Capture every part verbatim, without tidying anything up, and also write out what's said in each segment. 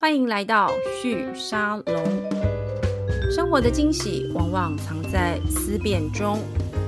欢迎来到旭沙龙。生活的惊喜往往藏在思辨中。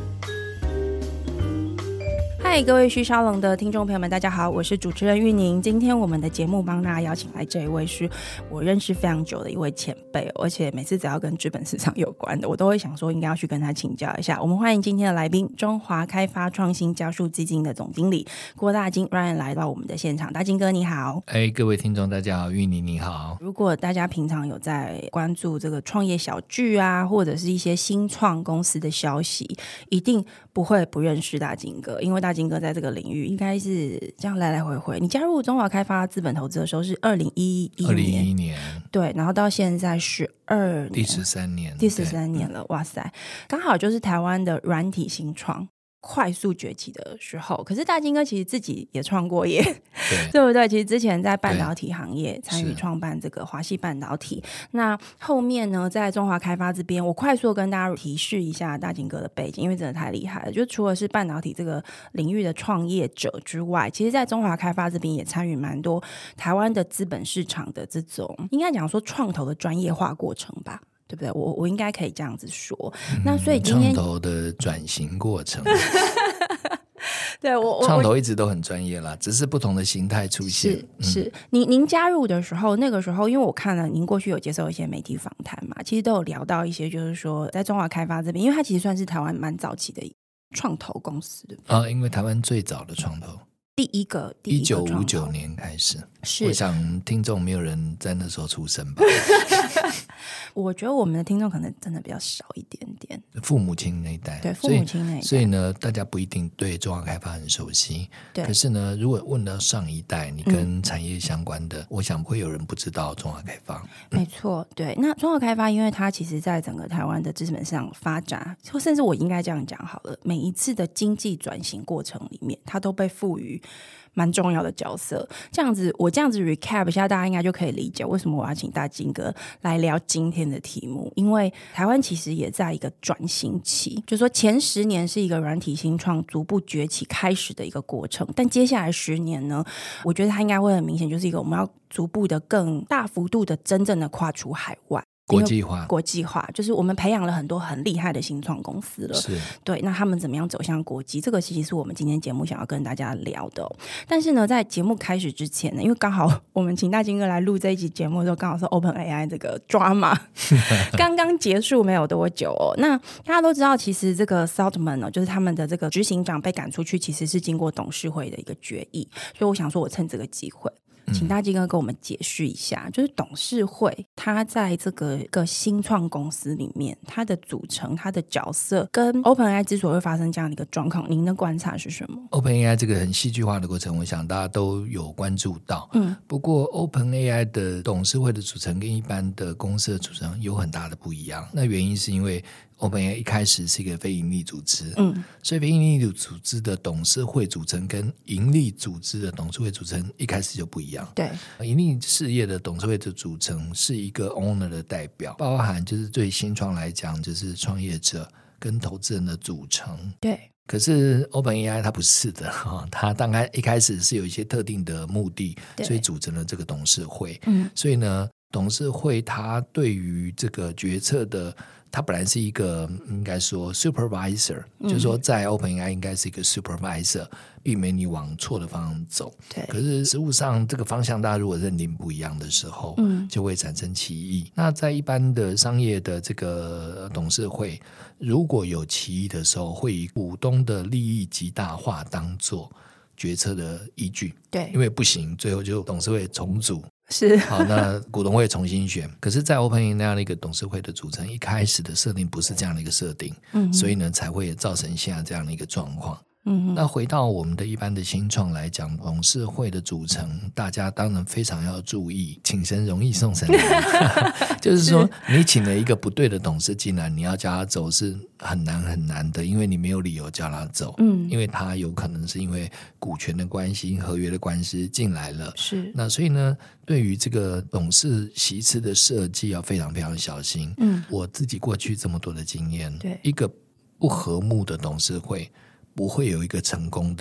嗨，各位旭沙龙的听众朋友们，大家好，我是主持人玉宁。今天我们的节目帮大家邀请来这一位是我认识非常久的一位前辈，而且每次只要跟资本市场有关的，我都会想说应该要去跟他请教一下。我们欢迎今天的来宾，中华开发创新加速基金的总经理郭大金 Ryan 来到我们的现场。大金哥你好。 哎，各位听众大家好，玉宁你好。 如果大家平常有在关注这个创业小聚啊，或者是一些新创公司的消息，一定不会不认识大金哥，因为大金哥在这个领域应该是这样来来回回。你加入中华开发资本投资的时候是二零一一年，二零一一年对，然后到现在十二年， 第十三年， 第十三年了，哇塞，刚好就是台湾的软体新创快速崛起的时候。可是大金哥其实自己也创过业，对, 对不对？其实之前在半导体行业参与创办这个华系半导体，那后面呢在中华开发这边，我快速跟大家提示一下大金哥的背景，因为真的太厉害了。就除了是半导体这个领域的创业者之外，其实在中华开发这边也参与蛮多台湾的资本市场的这种应该讲说创投的专业化过程吧，对不对？我我应该可以这样子说。嗯、那所以今天创投的转型过程对我创投一直都很专业啦，只是不同的形态出现。 是是、嗯、您您加入的时候，那个时候因为我看了您过去有接受一些媒体访谈嘛，其实都有聊到一些，就是说在中华开发这边，因为它其实算是台湾蛮早期的创投公司的啊，因为台湾最早的创投。 第一个一九五九年开始，是我想听众没有人在那时候出生吧我觉得我们的听众可能真的比较少一点点， 父母亲那一代， 对，父母亲那一代， 所以呢大家不一定对中华开发很熟悉，对。可是呢如果问到上一代你跟产业相关的、嗯、我想不会有人不知道中华开发、 嗯、没错，对。那中华开发因为它其实在整个台湾的资本市场发展，甚至我应该这样讲好了，每一次的经济转型过程里面它都被赋予蛮重要的角色。这样子我这样子 recap 一下，大家应该就可以理解为什么我要请大金哥来聊今天的题目。因为台湾其实也在一个转型期，就是说前十年是一个软体新创逐步崛起开始的一个过程，但接下来十年呢，我觉得它应该会很明显，就是一个我们要逐步的更大幅度的真正的跨出海外， 国际化， 国际化就是我们培养了很多很厉害的新创公司了，是对。那他们怎么样走向国际？这个其实是我们今天节目想要跟大家聊的、哦。但是呢，在节目开始之前呢，因为刚好我们请大金哥来录这一集节目的时候，刚好是 OpenAI 这个 drama 刚刚结束没有多久哦。那大家都知道，其实这个 Saltman 哦，就是他们的这个执行长被赶出去，其实是经过董事会的一个决议。所以我想说，我趁这个机会。请大金哥跟我们解释一下，就是董事会它在这个个新创公司里面，它的组成、它的角色跟 OpenAI 之所以会发生这样的一个状况，您的观察是什么？ OpenAI 这个很戏剧化的过程，我想大家都有关注到。嗯，不过 OpenAI 的董事会的组成跟一般的公司的组成有很大的不一样。那原因是因为OpenAI 一开始是一个非营利组织，嗯，所以非营利组织的董事会组成跟营利组织的董事会组成一开始就不一样。 对， 营利事业的董事会的组成是一个 owner 的代表，包含就是对新创来讲就是创业者跟投资人的组成。对，可是 OpenAI 它不是的、哦、它当然一开始是有一些特定的目的，所以组成了这个董事会。嗯，所以呢董事会它对于这个决策的，它本来是一个应该说 supervisor、嗯、就是说在 OpenAI 应该是一个 supervisor， 避免你往错的方向走。对，可是实务上这个方向大家如果认定不一样的时候、嗯、就会产生歧义。那在一般的商业的这个董事会，如果有歧义的时候，会以股东的利益极大化当做决策的依据。对，因为不行，最后就董事会重组。是，好，那股东会重新选。可是在 OpenAI 那样的一个董事会的组成，一开始的设定不是这样的一个设定、嗯、所以呢才会造成现在这样的一个状况。嗯，那回到我们的一般的新创来讲，董事会的组成大家当然非常要注意，请神容易送神难就是说你请了一个不对的董事进来，你要叫他走是很难很难的，因为你没有理由叫他走。嗯，因为他有可能是因为股权的关系、合约的关系进来了。是，那所以呢对于这个董事席次的设计要非常非常小心。嗯，我自己过去这么多的经验，对一个不和睦的董事会不会有一个成功的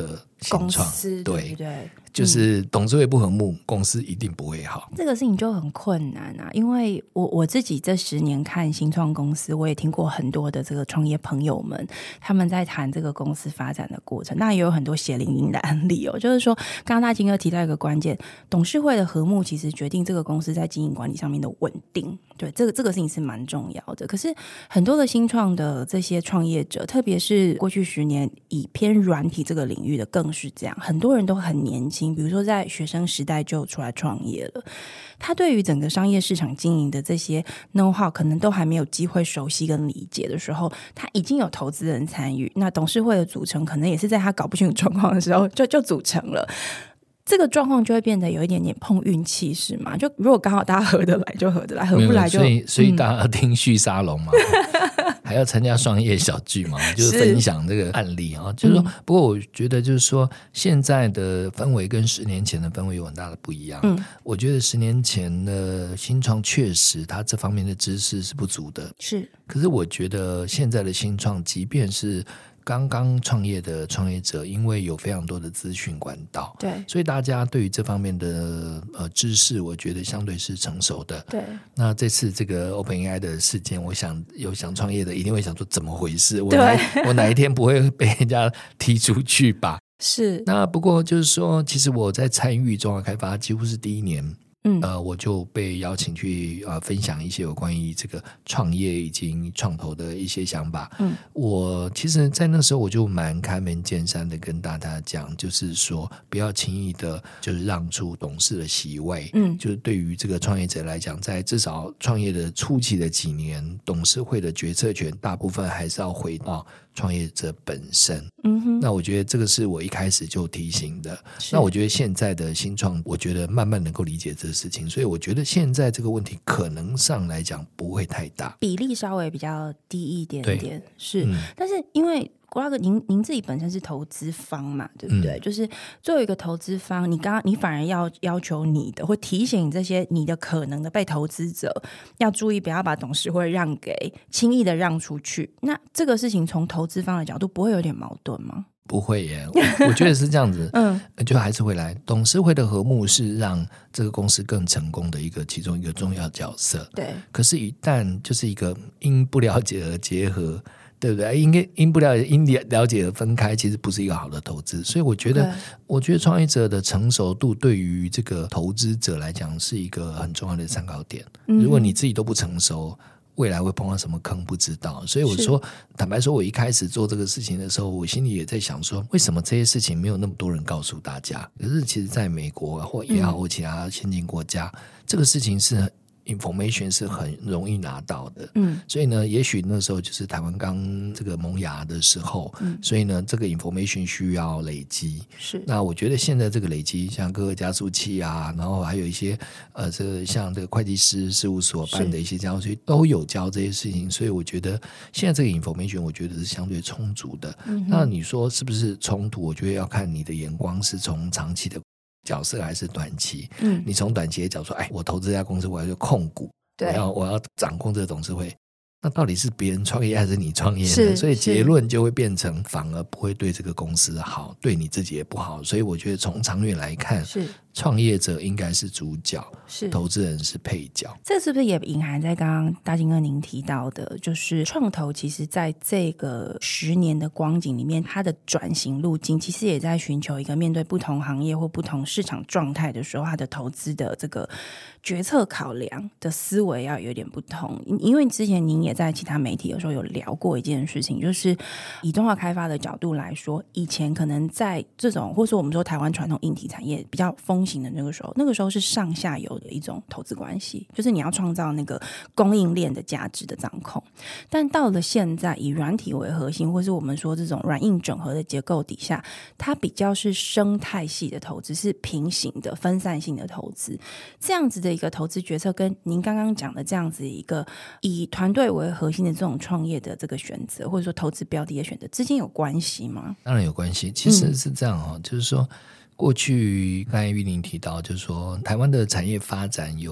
公司，对对不对？ 就是董事会不和睦、嗯、公司一定不会好。 这个事情就很困难啊，因为我我自己这十年看新创公司，我也听过很多的这个创业朋友们，他们在谈这个公司发展的过程，那也有很多血淋淋的案例哦。就是说，刚刚大金哥提到一个关键，董事会的和睦其实决定这个公司在经营管理上面的稳定。对，这个这个事情是蛮重要的。可是很多的新创的这些创业者，特别是过去十年以偏软体这个领域的，更是这样。很多人都很年轻，比如说在学生时代就出来创业了，他对于整个商业市场经营的这些 know how 可能都还没有机会熟悉跟理解的时候，他已经有投资人参与，那董事会的组成可能也是在他搞不清楚状况的时候就就组成了。这个状况就会变得有一点点碰运气，是吗？就如果刚好大家合得来就合得来，合不来就所以所以大家要听旭沙龙嘛、嗯、还要参加创业小聚嘛，就是分享这个案例啊。就是说、嗯、不过我觉得就是说现在的氛围跟十年前的氛围有很大的不一样、嗯、我觉得十年前的新创确实它这方面的知识是不足的， 是。 可是我觉得现在的新创即便是刚刚创业的创业者，因为有非常多的资讯管道， 对， 所以大家对于这方面的呃知识，我觉得相对是成熟的。 对， 那这次这个 OpenAI 的事件，我想有想创业的一定会想说怎么回事？我哪我哪一天不会被人家踢出去吧？ 是。 那不过就是说，其实我在参与中华开发几乎是第一年。嗯，呃，我就被邀请去呃分享一些有关于这个创业以及创投的一些想法。嗯，我其实在那时候我就蛮开门见山的跟大家讲，就是说不要轻易的就是让出董事的席位。嗯，就是对于这个创业者来讲，在至少创业的初期的几年，董事会的决策权大部分还是要回到创业者本身。嗯哼，那我觉得这个是我一开始就提醒的。那我觉得现在的新创，我觉得慢慢能够理解这个事情，所以我觉得现在这个问题可能上来讲不会太大， 比例稍微比较低一点点，是、嗯、但是因为郭大哥您您自己本身是投资方嘛，对不对、嗯、就是作为一个投资方，你刚刚你反而要要求你的或提醒这些你的可能的被投资者要注意不要把董事会让给轻易的让出去，那这个事情从投资方的角度不会有点矛盾吗？ 不会耶， 我, 我觉得是这样子。嗯，就还是回来，董事会的和睦是让这个公司更成功的一个其中一个重要角色。 对， 可是，一旦就是一个因不了解而结合，对不对？因因不了解因了解而分开，其实不是一个好的投资。所以，我觉得，我觉得创业者的成熟度对于这个投资者来讲是一个很重要的参考点。嗯、如果你自己都不成熟，未来会碰到什么坑不知道，所以我说坦白说，我一开始做这个事情的时候，我心里也在想说，为什么这些事情没有那么多人告诉大家？可是其实在美国或也好或其他先进国家、嗯、这个事情是information 是很容易拿到的，嗯，所以呢，也许那时候就是台湾刚这个萌芽的时候，嗯，所以呢，这个 information 需要累积， 是。 那我觉得现在这个累积，像各个加速器啊，然后还有一些呃，这个像这个会计师事务所办的一些加速器都有教这些事情，所以我觉得现在这个 information 我觉得是相对充足的。嗯、那你说是不是冲突？我觉得要看你的眼光是从长期的角色还是短期。嗯，你从短期的角度说，哎，我投资这家公司，我要控股， 对， 我要我要掌控这个董事会，那到底是别人创业还是你创业呢？所以结论就会变成反而不会对这个公司好，对你自己也不好。所以我觉得从长远来看，是创业者应该是主角，是投资人是配角。 这是不是也隐含在刚刚大金哥您提到的，就是创投其实在这个十年的光景里面，它的转型路径其实也在寻求一个面对不同行业或不同市场状态的时候，它的投资的这个决策考量的思维要有点不同。因为之前您也在其他媒体有时候有聊过一件事情，就是以动画开发的角度来说，以前可能在这种或者说我们说台湾传统硬体产业比较风行的那个时候，那个时候是上下游的一种投资关系，就是你要创造那个供应链的价值的掌控。但到了现在，以软体为核心，或是我们说这种软硬整合的结构底下，它比较是生态系的投资，是平行的分散性的投资。这样子的一个投资决策跟您刚刚讲的这样子一个以团队为核心的这种创业的这个选择，或者说投资标的的选择之间有关系吗？ 当然有关系，其实是这样、哦嗯、就是说过去刚才玉玲提到，就是说台湾的产业发展有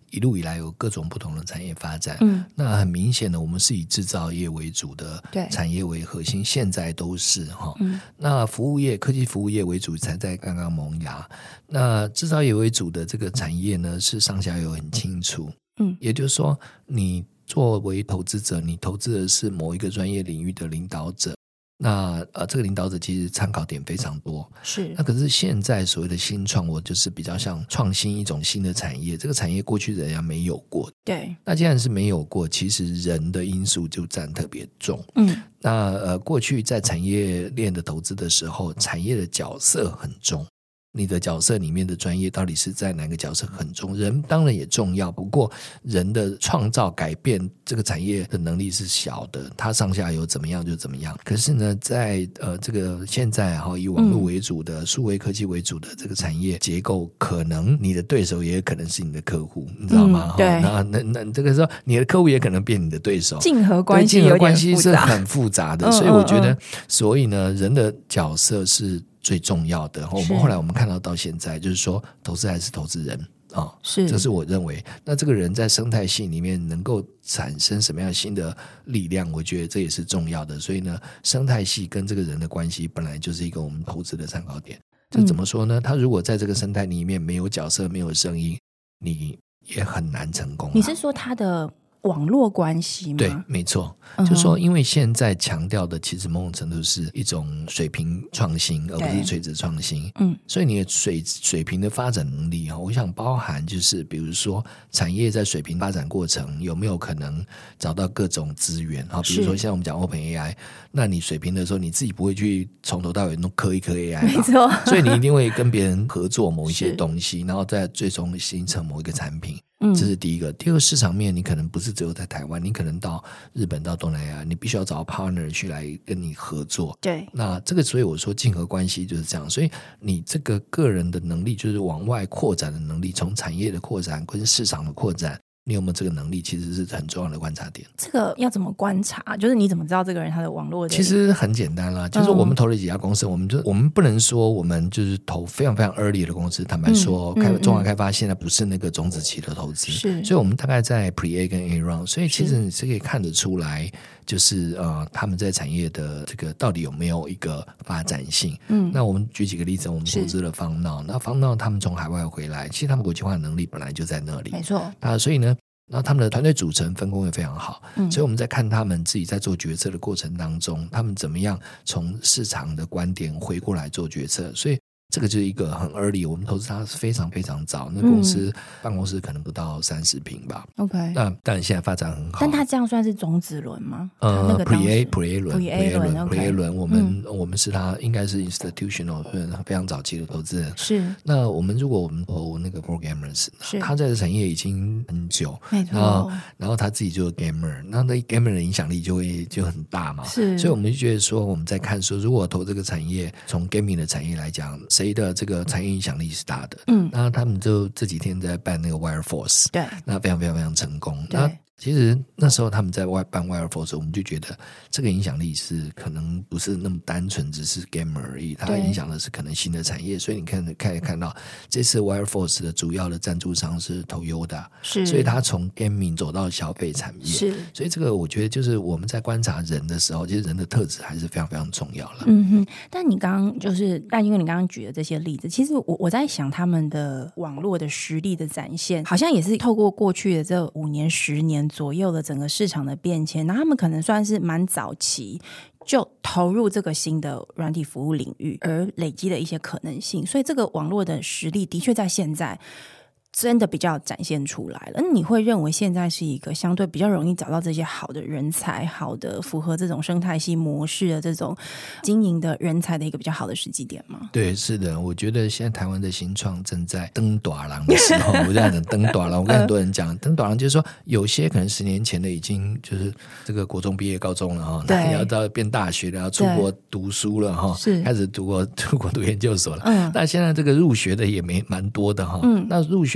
一路以来有各种不同的产业发展， 嗯， 那很明显的我们是以制造业为主的产业为核心，现在都是哈、嗯，那服务业科技服务业为主才在刚刚萌芽，那制造业为主的这个产业呢是上下游很清楚，嗯，也就是说你作为投资者，你投资的是某一个专业领域的领导者，那呃，这个领导者其实参考点非常多， 是。 那可是现在所谓的新创，我就是比较像创新一种新的产业，这个产业过去人家没有过， 对。 那既然是没有过，其实人的因素就占特别重， 嗯。 那呃，过去在产业链的投资的时候，产业的角色很重。你的角色里面的专业到底是在哪个角色很重，人当然也重要，不过人的创造改变这个产业的能力是小的，它上下游怎么样就怎么样。可是呢在呃这个现在以网络为主的、嗯、数位科技为主的这个产业结构，可能你的对手也可能是你的客户，你知道吗？ 嗯、对， 那那那这个时候你的客户也可能变你的对手， 竞合关系竞合关系是很复杂的， 嗯、 所以我觉得、嗯、所以呢人的角色是最重要的。我们后来我们看到到现在就是说投资还是投资人啊、哦， 是， 这是我认为。那这个人在生态系里面能够产生什么样新的力量，我觉得这也是重要的。所以呢生态系跟这个人的关系本来就是一个我们投资的参考点。这怎么说呢、嗯、他如果在这个生态里面没有角色没有声音，你也很难成功、啊、 你是说他的网络关系吗？ 对，没错、嗯、就是说因为现在强调的其实某种程度是一种水平创新而不是垂直创新，嗯，所以你的水水平的发展能力我想包含就是比如说产业在水平发展过程有没有可能找到各种资源，比如说像我们讲 OpenAI， 那你水平的时候你自己不会去从头到尾弄刻一颗 A I， 没错， 所以你一定会跟别人合作某一些东西，然后再最终形成某一个产品，这是第一个。第二个市场面你可能不是只有在台湾，你可能到日本到东南亚，你必须要找 partner 去来跟你合作， 对， 那这个所以我说竞合关系就是这样。所以你这个个人的能力就是往外扩展的能力，从产业的扩展跟市场的扩展，你有没有这个能力其实是很重要的观察点。 这个要怎么观察？就是你怎么知道这个人他的网络的？ 其实很简单啦，就是我们投了几家公司、嗯、我们就我们不能说我们就是投非常非常 early 的公司，坦白说、嗯、开中华开发现在不是那个种子期的投资，是，所以我们大概在 Pre-A 跟 A round， 所以其实你是可以看得出来就是呃他们在产业的这个到底有没有一个发展性。嗯，那我们举几个例子，我们投资了方闹，那方闹他们从海外回来，其实他们国际化的能力本来就在那里， 没错， 啊，所以呢然后他们的团队组成分工也非常好、嗯、所以我们在看他们自己在做决策的过程当中，他们怎么样从市场的观点回过来做决策，所以这个就是一个很 early， 我们投资它是非常非常早，那公司、嗯、办公室可能不到三十坪吧 OK， 那当然现在发展很好， 但它这样算是种子轮吗？ 呃、 那个 Pre-A Pre-A 轮 Pre-A 轮 Pre-A 轮我们、嗯、我们是它应该是 institutional 非常早期的投资人， 是。 那我们如果我们投那个 programmers， 他在产业已经很久， 没错， 然后然后他自己就是 gamer， 那那 gamer 的影响力就会就很大嘛， 是。 所以我们就觉得说我们在看说如果投这个产业，从 gaming 的产业来讲，谁的这个产业影响力是大的，嗯，那他们就这几天在办那个 Wireforce， 对，那非常非常非常成功，那其实那时候他们在外办 Wireforce， 我们就觉得这个影响力是可能不是那么单纯只是 gamer 而已，它影响的是可能新的产业，所以你看可以看到这次 Wireforce 的主要的赞助商是 Toyota， 是，所以他从 gaming 走到消费产业，是，所以这个我觉得就是我们在观察人的时候，其实人的特质还是非常非常重要了。 嗯哼，但你刚刚就是但因为你刚刚举的这些例子，其实我我在想他们的网络的实力的展现，好像也是透过过去的这五年十年左右的整个市场的变迁，那他们可能算是蛮早期就投入这个新的软体服务领域而累积的一些可能性，所以这个网络的实力的确在现在真的比较展现出来了。那你会认为现在是一个相对比较容易找到这些好的人才，好的符合这种生态系模式的这种经营的人才的一个比较好的时机点吗？ 对，是的，我觉得现在台湾的新创正在登大人的时候我这样讲登大人，我跟很多人讲登大人就是说有些可能十年前的已经就是这个国中毕业高中了，对，要到变大学了，要出国读书了，开始读国出国读研究所了，嗯，但现在这个入学的也没蛮多的，嗯，那入学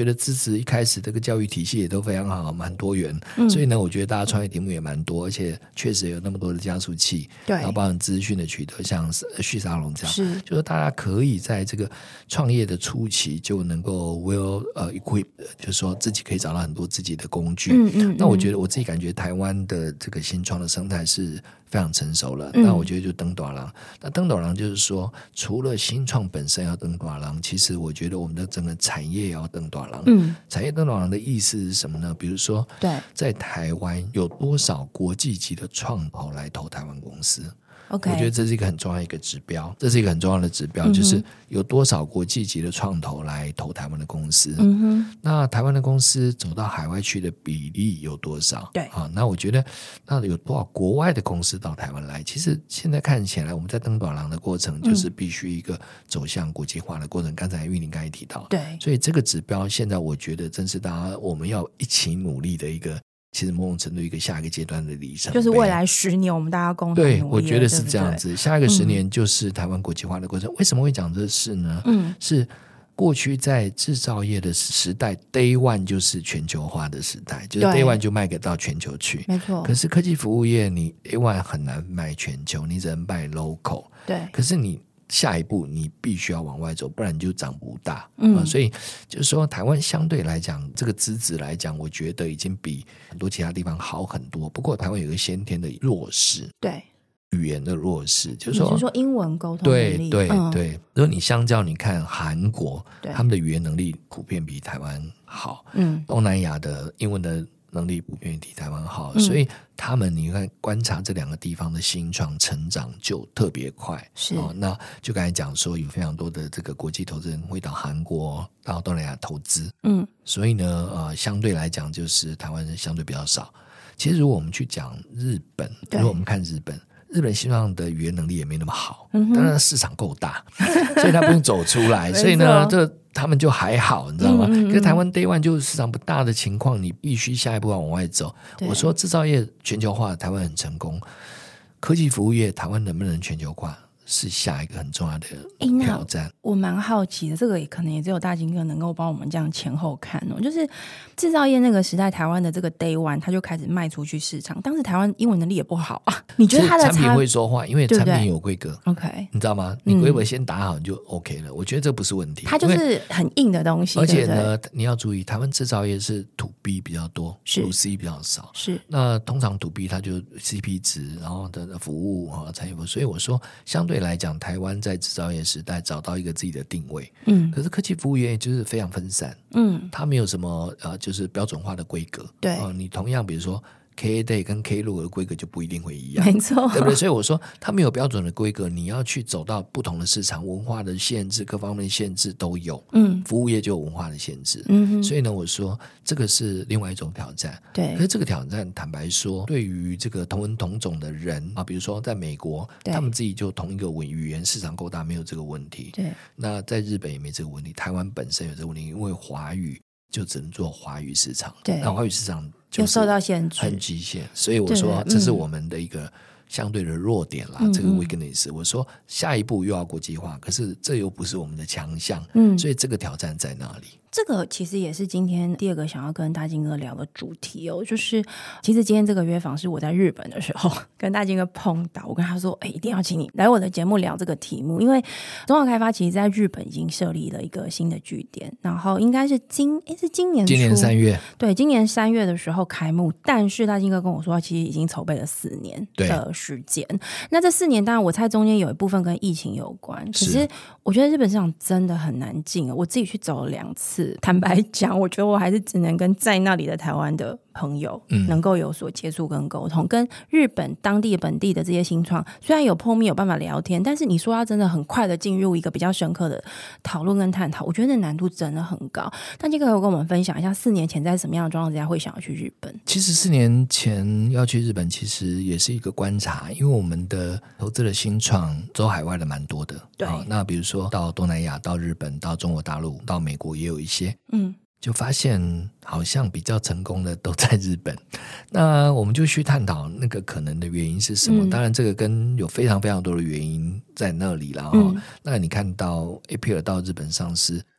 学的资质一开始这个教育体系也都非常好，蛮多元、嗯、所以呢我觉得大家创业题目也蛮多，而且确实有那么多的加速器，对，然后包含资讯的取得，像旭沙龙这样，是就是大家可以在这个创业的初期就能够 well、uh, equipped， 就是说自己可以找到很多自己的工具。嗯嗯嗯，那我觉得我自己感觉台湾的这个新创的生态是非常成熟了，那我觉得就登大人、嗯、那登大人就是说除了新创本身要登大人，其实我觉得我们的整个产业要登大人、嗯、产业登大人的意思是什么呢？比如说对，在台湾有多少国际级的创投来投台湾公司，Okay. 我觉得这是一个很重要的一个指标，这是一个很重要的指标、嗯、就是有多少国际级的创投来投台湾的公司、嗯、哼，那台湾的公司走到海外去的比例有多少？对、啊、那我觉得那有多少国外的公司到台湾来，其实现在看起来我们在登短廊的过程就是必须一个走向国际化的过程、嗯、刚才玉玲刚才提到，对，所以这个指标现在我觉得正是大家我们要一起努力的一个，其实某种程度一个下一个阶段的里程碑，就是未来十年我们大家共同努力。对，我觉得是这样子，对对，下一个十年就是台湾国际化的过程、嗯、为什么会讲这事呢？嗯，是过去在制造业的时代 Day One 就是全球化的时代，就是 Day One 就卖给到全球去，没错。可是科技服务业你 Day One 很难卖全球，你只能卖 local， 对。可是你下一步你必须要往外走，不然你就长不大、嗯啊、所以就是说台湾相对来讲这个资质来讲，我觉得已经比很多其他地方好很多。不过台湾有一个先天的弱势，对，语言的弱势，就是说你是说英文沟通能力，对对、嗯、对。如果你相较你看韩国，他们的语言能力普遍比台湾好，嗯，东南亚的英文的能力普遍比台湾好、嗯、所以他们你看观察这两个地方的新创成长就特别快，是、哦、那就刚才讲说有非常多的这个国际投资人会到韩国到东南亚投资，嗯，所以呢呃，相对来讲就是台湾人相对比较少。其实如果我们去讲日本，如果我们看日本日本新创的语言能力也没那么好，嗯、当然市场够大所以他不用走出来所以呢这他们就还好你知道吗、嗯嗯嗯、可是台湾 Day One 就市场不大的情况，你必须下一步要往外走。我说制造业全球化台湾很成功，科技服务业台湾能不能全球化是下一个很重要的挑战、欸、我蛮好奇的，这个也可能也只有大金哥能够帮我们这样前后看哦。就是制造业那个时代台湾的这个 Day One 他就开始卖出去市场，当时台湾英文能力也不好啊，你觉得他的产品会说话，因为产品有规格， OK 你知道吗？你规格先打好你就 OK 了、嗯、我觉得这不是问题，它就是很硬的东西。而且呢对对你要注意台湾制造业是 to B 比较多， to C 比较少，是那通常 to B 它就 C P 值然后的服务产业服务，所以我说相对来讲台湾在制造业时代找到一个自己的定位，嗯，可是科技服务业就是非常分散，嗯，它没有什么呃就是标准化的规格，对、呃、你同样比如说K A Day 跟 K 路的规格就不一定会一样，没错，对不对？所以我说它没有标准的规格，你要去走到不同的市场，文化的限制各方面的限制都有，嗯，服务业就有文化的限制，嗯，所以呢我说这个是另外一种挑战，对。可是这个挑战坦白说对于这个同文同种的人啊，比如说在美国他们自己就同一个语言市场够大没有这个问题，对。那在日本也没这个问题，台湾本身有这个问题，因为华语就只能做华语市场，对，那华语市场就受到限制，很极限，所以我说这是我们的一个相对的弱点啦，嗯、这个 weakness。我说下一步又要国际化，可是这又不是我们的强项，嗯，所以这个挑战在哪里？这个其实也是今天第二个想要跟大金哥聊的主题哦，就是其实今天这个约访是我在日本的时候跟大金哥碰到，我跟他说，哎，一定要请你来我的节目聊这个题目，因为中华开发其实在日本已经设立了一个新的据点，然后应该是今诶是今年初今年三月，对，今年三月的时候开幕，但是大金哥跟我说，其实已经筹备了四年的时间。那这四年当然我猜中间有一部分跟疫情有关，可是我觉得日本市场真的很难进，我自己去走了两次。坦白讲，我觉得我还是只能跟在那里的台湾的朋友能够有所接触跟沟通、嗯、跟日本当地本地的这些新创虽然有碰面有办法聊天，但是你说要真的很快的进入一个比较深刻的讨论跟探讨，我觉得难度真的很高。但这个可以跟我们分享一下四年前在什么样的状况之下会想要去日本？其实四年前要去日本其实也是一个观察，因为我们的投资的新创走海外的蛮多的，对、哦、那比如说到东南亚到日本到中国大陆到美国也有一些，嗯，就发现好像比较成功的都在日本。那我们就去探讨那个可能的原因是什么、嗯、当然这个跟有非常非常多的原因在那里啦、嗯、那你看到 A P R 到日本上市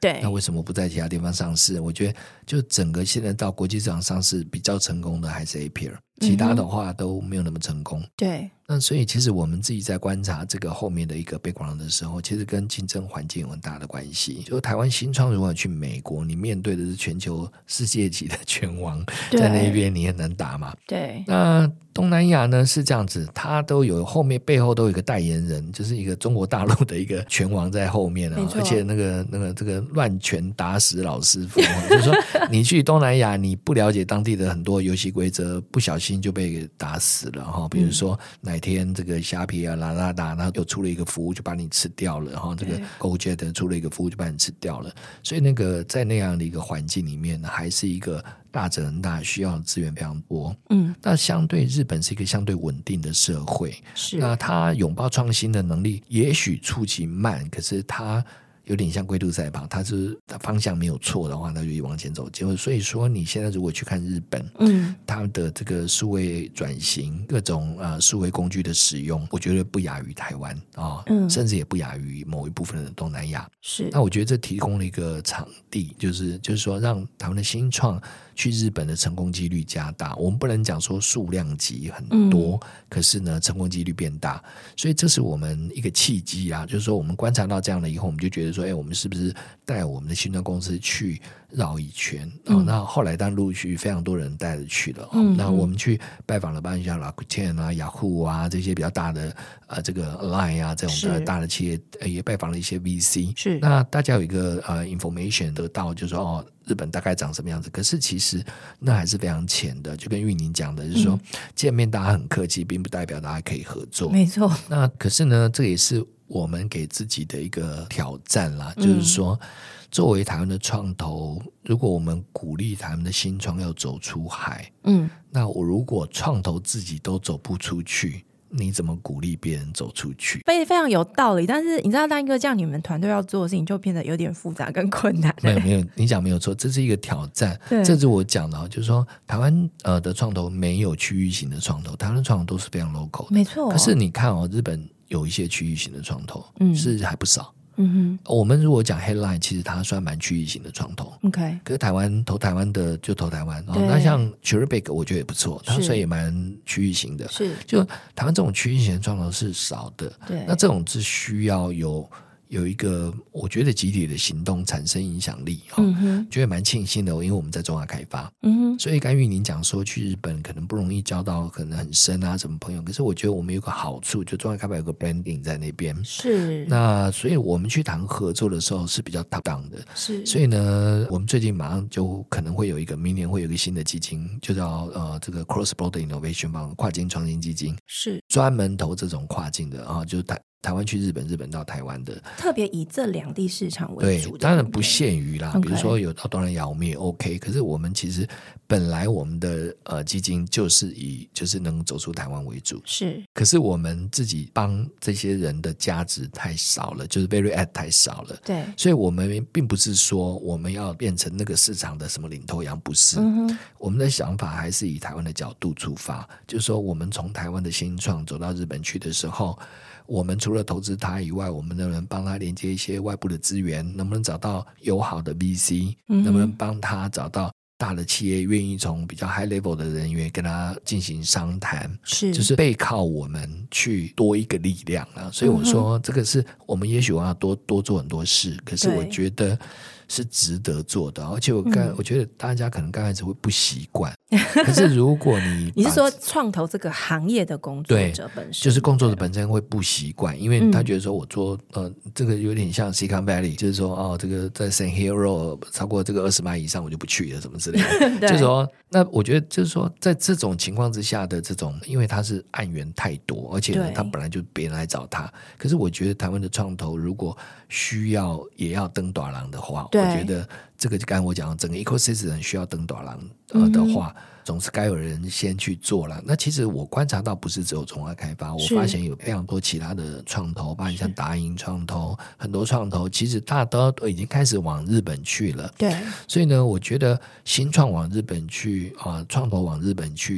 对， 那为什么不在其他地方上市？我觉得就整个现在到国际市场上市比较成功的还是 A P R， 其他的话都没有那么成功、嗯、 对。 那所以其实我们自己在观察这个后面的一个 background 的时候，其实跟竞争环境有很大的关系。就台湾新创如果去美国，你面对的是全球世界级的拳王，在那边你很难打嘛。 对。 那东南亚呢是这样子，他都有后面背后都有一个代言人，就是一个中国大陆的一个拳王在后面、啊、而且那个那个这个乱拳打死老师傅就是说你去东南亚你不了解当地的很多游戏规则，不小心就被打死了。比如说哪天这个虾皮啊拉拉达然后又出了一个服务就把你吃掉了，然后这个 GoJet 出了一个服务就把你吃掉了。所以那个在那样的一个环境里面还是一个大者很大，需要的资源非常多。嗯，那相对日本是一个相对稳定的社会， 是那它拥抱创新的能力也许初期慢，可是它有点像龟兔赛跑，它是方向没有错的话它就往前走。所以说你现在如果去看日本，嗯，它的这个数位转型各种呃数位工具的使用，我觉得不亚于台湾啊、哦嗯，甚至也不亚于某一部分的东南亚。 是， 那我觉得这提供了一个场地，就是就是说让台湾的新创去日本的成功几率加大。我们不能讲说数量级很多、嗯、可是呢成功几率变大，所以这是我们一个契机啊，就是说我们观察到这样的以后，我们就觉得说哎，我们是不是带我们的新创公司去绕一圈、嗯哦、那后来当然陆续非常多人带着去了、哦嗯、那我们去拜访了包括像 Rakuten 啊 Yahoo 啊这些比较大的呃这个 Line 啊这种大的企业，也拜访了一些 V C。 是， 那大家有一个呃 information 得到，就是说哦日本大概长什么样子，可是其实那还是非常浅的，就跟玉宁讲的就是说、嗯、见面大家很客气并不代表大家可以合作， 没错。 那可是呢这也是我们给自己的一个挑战啦、嗯、就是说作为台湾的创投，如果我们鼓励台湾的新创要走出海，嗯，那我如果创投自己都走不出去，你怎么鼓励别人走出去？ 非非常有道理，但是你知道丹哥这样你们团队要做的事情就变得有点复杂跟困难。 没有没有，你讲没有错，这是一个挑战。这是我讲的，就是说台湾呃的创投没有区域型的创投，台湾的创投都是非常 local 的， 没错、哦。 可是你看哦，日本有一些区域型的创投、嗯、是还不少。 嗯哼，我们如果讲 headline 其实它算蛮区域型的创投 OK， 可是台湾投台湾的就投台湾、哦、那像 Cherryback 我觉得也不错，它所以也蛮区域型的，是就台湾这种区域型的创投是少的，对，那这种是需要有有一个我觉得集体的行动产生影响力、哦嗯、哼觉得蛮庆幸的，因为我们在中亚开发，嗯哼，所以甘玉您讲说去日本可能不容易交到可能很深啊什么朋友，可是我觉得我们有个好处，就中亚开发有个 branding 在那边， 是， 那所以我们去谈合作的时候是比较 top down 的，是，所以呢我们最近马上就可能会有一个明年会有一个新的基金，就叫呃这个 Cross Border Innovation Fund 跨境创新基金，是专门投这种跨境的啊，就是台台湾去日本，日本到台湾的，特别以这两地市场为主的， 对，当然不限于啦、okay. 比如说有到东南亚我们也 OK， 可是我们其实本来我们的呃基金就是以就是能走出台湾为主，是，可是我们自己帮这些人的价值太少了，就是 value add 太少了，对，所以我们并不是说我们要变成那个市场的什么领头羊，不是、嗯、我们的想法还是以台湾的角度出发，就是说我们从台湾的新创走到日本去的时候，我们除了投资他以外，我们能不能帮他连接一些外部的资源，能不能找到友好的 V C、嗯、能不能帮他找到大的企业愿意从比较 high level 的人员跟他进行商谈，是，就是背靠我们去多一个力量了。所以我说这个是我们也许我要多多做很多事，可是我觉得是值得做的，而且我刚、嗯、我觉得大家可能刚开始会不习惯，可是如果你你是说创投这个行业的工作者本身， 就是工作者本身会不习惯，因为他觉得说我做、嗯、呃这个有点像 Silicon Valley， 就是说哦这个在 San Hero 超过这个二十迈以上我就不去了什么之类的就是说那我觉得就是说在这种情况之下的这种，因为他是案源太多，而且呢他本来就别人来找他，可是我觉得台湾的创投如果需要也要登大人的话，我觉得这个就刚才我讲整个 ecosystem 需要登大人、呃、的话、嗯、总是该有人先去做了。那其实我观察到不是只有中华开发，我发现有非常多其他的创投，包括像达盈创投，很多创投其实大家都已经开始往日本去了，对，所以呢我觉得新创往日本去啊，创投往日本去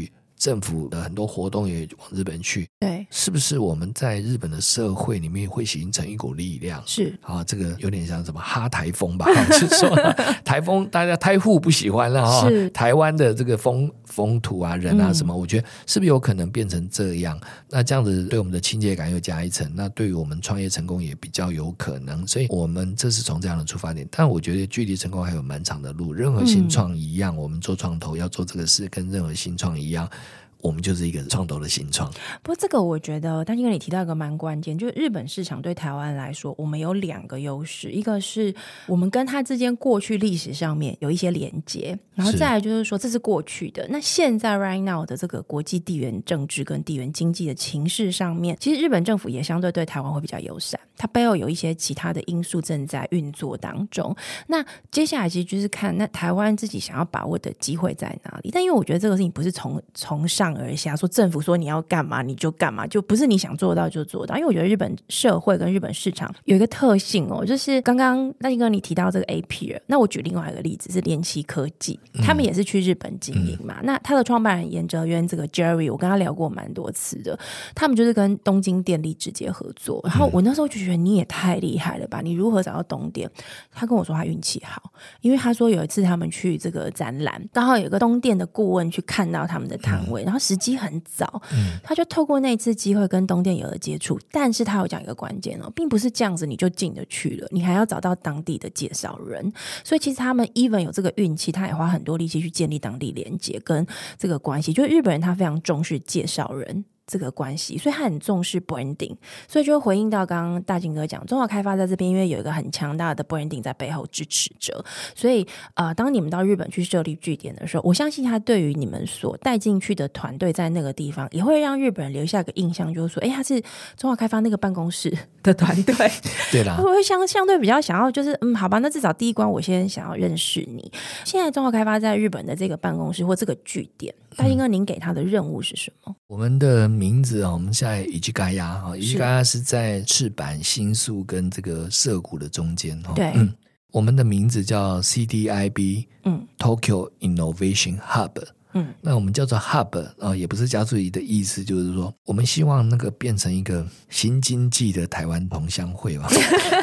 政府的很多活动也往日本去， 对， 是不是我们在日本的社会里面会形成一股力量？ 是啊，这个有点像什么哈台风吧？就是说台风大家台户不喜欢了哈，台湾的这个风风土啊、人啊什么、嗯，我觉得是不是有可能变成这样？那这样子对我们的亲切感又加一层，那对于我们创业成功也比较有可能。所以我们这是从这样的出发点，但我觉得距离成功还有蛮长的路。任何新创一样、嗯、我们做创投要做这个事，跟任何新创一样，我们就是一个创投的新创。 不过这个我觉得但因为你提到一个蛮关键，就是日本市场对台湾来说我们有两个优势，一个是我们跟它之间过去历史上面有一些连结，然后再来就是说这是过去的，那现在 right now 的这个国际地缘政治跟地缘经济的情势上面，其实日本政府也相对对台湾会比较友善，它背后有一些其他的因素正在运作当中。那接下来其实就是看那台湾自己想要把握的机会在哪里，但因为我觉得这个事情不是从从上而下，说政府说你要干嘛你就干嘛，就不是你想做到就做到。因为我觉得日本社会跟日本市场有一个特性哦，就是刚刚那一个你提到这个 A P R， 那我举另外一个例子是联奇科技，他们也是去日本经营嘛、嗯、那他的创办人严哲渊这个 Jerry 我跟他聊过蛮多次的，他们就是跟东京电力直接合作，然后我那时候就觉得你也太厉害了吧，你如何找到东电？他跟我说他运气好，因为他说有一次他们去这个展览，刚好有个东电的顾问去看到他们的摊位、嗯、然后时机很早、嗯、他就透过那次机会跟东电有了接触，但是他有讲一个关键哦，并不是这样子你就进得去了，你还要找到当地的介绍人，所以其实他们 even 有这个运气，他也花很多力气去建立当地连结跟这个关系，就是日本人他非常重视介绍人这个关系，所以他很重视 branding， 所以就回应到刚刚大金哥讲中华开发在这边因为有一个很强大的 branding 在背后支持着，所以呃，当你们到日本去设立据点的时候，我相信他对于你们所带进去的团队在那个地方也会让日本人留下一个印象，就是说诶，他是中华开发那个办公室的团队对啦， 我会相相对比较想要就是嗯，好吧，那至少第一关我先想要认识你。现在中华开发在日本的这个办公室或这个据点，大金哥您给他的任务是什么？ 我们的名字我们现在伊吉嘎亚伊吉嘎亚是在赤坂、新宿跟这个涩谷的中间。 对、 嗯，我们的名字叫 C D I B、嗯、Tokyo Innovation Hub。嗯，那我们叫做 Hub、呃、也不是加注仪的意思，就是说我们希望那个变成一个新经济的台湾同乡会吧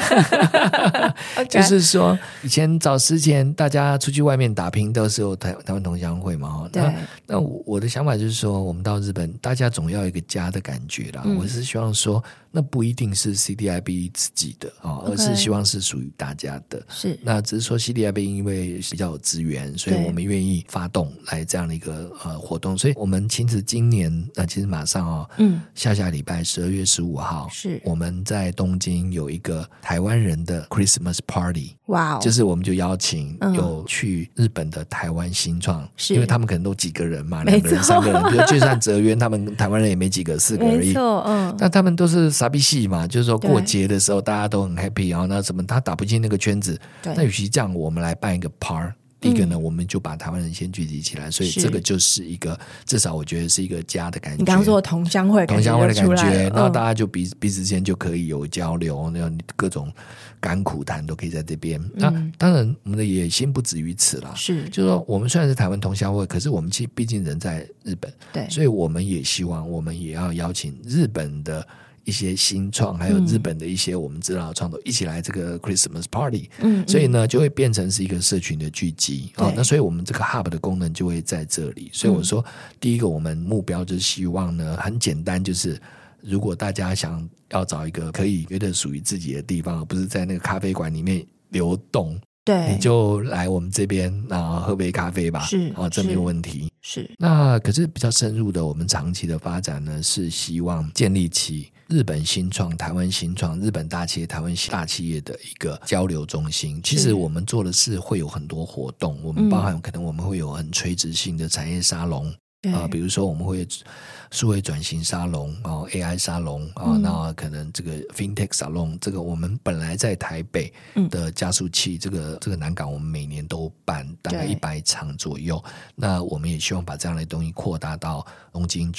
okay. 就是说以前早之前大家出去外面打拼都是有 台, 台湾同乡会嘛， 对， 那, 那我的想法就是说我们到日本大家总要有一个家的感觉啦、嗯、我是希望说那不一定是 C D I B 自己的、哦 okay. 而是希望是属于大家的， 是，那只是说 C D I B 因为比较有资源，所以我们愿意发动来这样的一个、呃、活动，所以我们其实今年、呃、其实马上哦，嗯，下下礼拜十二月十五号是我们在东京有一个台湾人的 Christmas Party， 哇、wow ，就是我们就邀请有去日本的台湾新创、嗯、因为他们可能都几个人嘛，两个人三个人，比如就算哲渊他们台湾人也没几个，四个而已，没错，嗯，那他们都是傻逼戏嘛，就是说过节的时候大家都很 happy， 然后那什么他打不进那个圈子，那与其这样我们来办一个 par， 第一个呢、嗯、我们就把台湾人先聚集起来，所以这个就是一个至少我觉得是一个家的感觉， 你刚刚说同乡会同乡会的感觉，然后大家就彼彼此之间就可以有交流，那各种甘苦谈都可以在这边、嗯、那当然我们的野心不止于此啦，是就是说我们虽然是台湾同乡会，可是我们其实毕竟人在日本，对，所以我们也希望我们也要邀请日本的一些新创还有日本的一些我们知道的创投、嗯、一起来这个 Christmas Party， 嗯，所以呢就会变成是一个社群的聚集、哦、那所以我们这个 Hub 的功能就会在这里，所以我说、嗯、第一个我们目标就是希望呢很简单，就是如果大家想要找一个可以觉得属于自己的地方，而不是在那个咖啡馆里面流动，对，你就来我们这边然后喝杯咖啡吧，是、哦、这没有问题，是。那可是比较深入的我们长期的发展呢，是希望建立起日本新创、台湾新创、日本大企业、台湾大企业的一个交流中心。其实我们做的是会有很多活动，我们包含可能我们会有很垂直性的产业沙龙、呃、比如说我们会数位转型沙龙、哦、A I 沙龙、哦嗯、那可能这个 FinTech 沙龙，这个我们本来在台北的加速器、嗯、这个这个南港我们每年都办大概一百场左右，那我们也希望把这样的东西扩大到东京去，